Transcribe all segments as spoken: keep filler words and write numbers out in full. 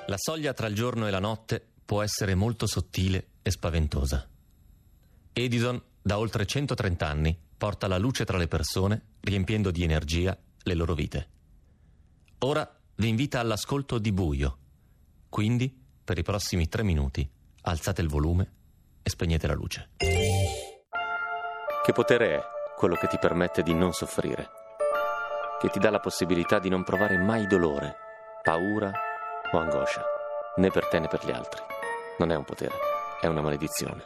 La soglia tra il giorno e la notte può essere molto sottile e spaventosa. Edison, da oltre centotrenta anni, porta la luce tra le persone, riempiendo di energia le loro vite. Ora vi invita all'ascolto di Buio. Quindi, per i prossimi tre minuti, alzate il volume e spegnete la luce. Che potere è quello che ti permette di non soffrire? Che ti dà la possibilità di non provare mai dolore, paura o angoscia, né per te né per gli altri. Non è un potere, è una maledizione.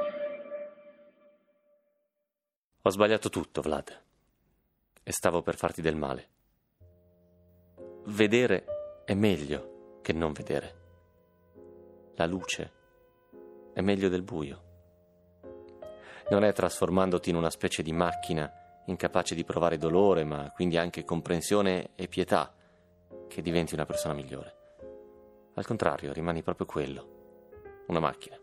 Ho sbagliato tutto, Vlad, e stavo per farti del male. Vedere è meglio che non vedere. La luce è meglio del buio. Non è trasformandoti in una specie di macchina incapace di provare dolore, ma quindi anche comprensione e pietà, che diventi una persona migliore. Al contrario, rimani proprio quello, una macchina.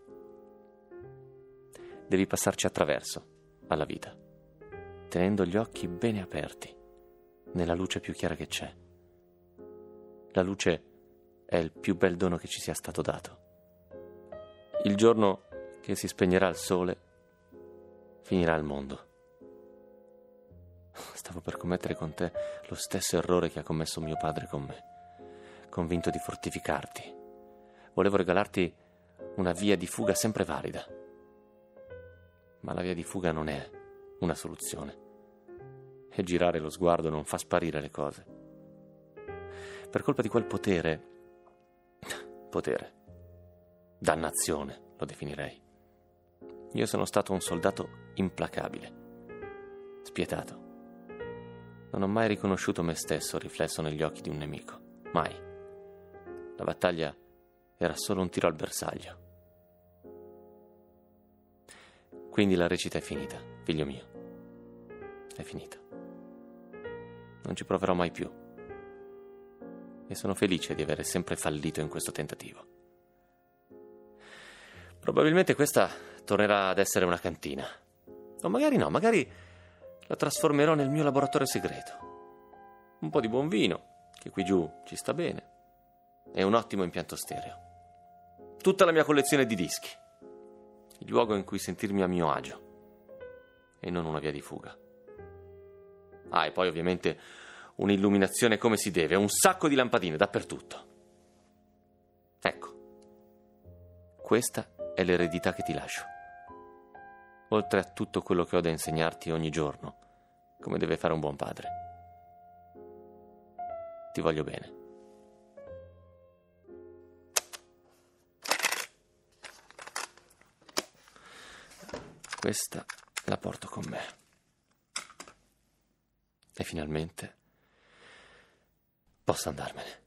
Devi passarci attraverso alla vita, tenendo gli occhi bene aperti nella luce più chiara che c'è. La luce è il più bel dono che ci sia stato dato. Il giorno che si spegnerà il sole, finirà il mondo. Stavo per commettere con te lo stesso errore che ha commesso mio padre con me, convinto di fortificarti. Volevo regalarti una via di fuga sempre valida. Ma la via di fuga non è una soluzione. E girare lo sguardo non fa sparire le cose. Per colpa di quel potere, potere, dannazione lo definirei, io sono stato un soldato implacabile, spietato. Non ho mai riconosciuto me stesso riflesso negli occhi di un nemico, mai. La battaglia era solo un tiro al bersaglio. Quindi la recita è finita, figlio mio, è finita. Non ci proverò mai più. E sono felice di avere sempre fallito in questo tentativo. Probabilmente questa tornerà ad essere una cantina. O magari no, magari la trasformerò nel mio laboratorio segreto. Un po' di buon vino, che qui giù ci sta bene, e un ottimo impianto stereo. Tutta la mia collezione di dischi. Il luogo in cui sentirmi a mio agio. E non una via di fuga. Ah, e poi ovviamente un'illuminazione come si deve, un sacco di lampadine dappertutto. Ecco, questa è l'eredità che ti lascio. Oltre a tutto quello che ho da insegnarti ogni giorno, come deve fare un buon padre. Ti voglio bene. Questa la porto con me. E finalmente posso andarmene.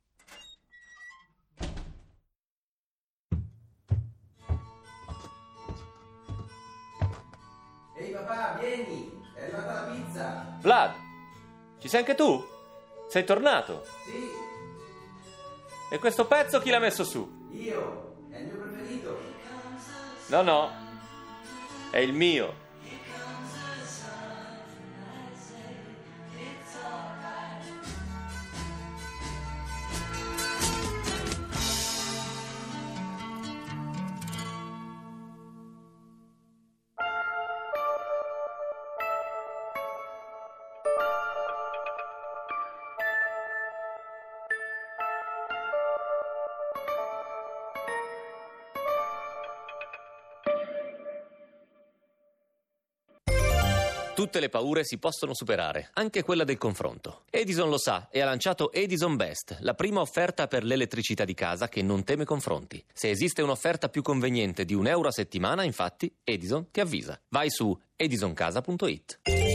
Ehi papà, vieni! È arrivata la pizza! Vlad, ci sei anche tu? Sei tornato? Sì, E questo pezzo chi l'ha messo su? io! È il mio preferito! No, no, è il mio. Tutte le paure si possono superare, anche quella del confronto. Edison lo sa e ha lanciato Edison Best, la prima offerta per l'elettricità di casa che non teme confronti. Se esiste un'offerta più conveniente di un euro a settimana, infatti, Edison ti avvisa. Vai su edison casa punto it.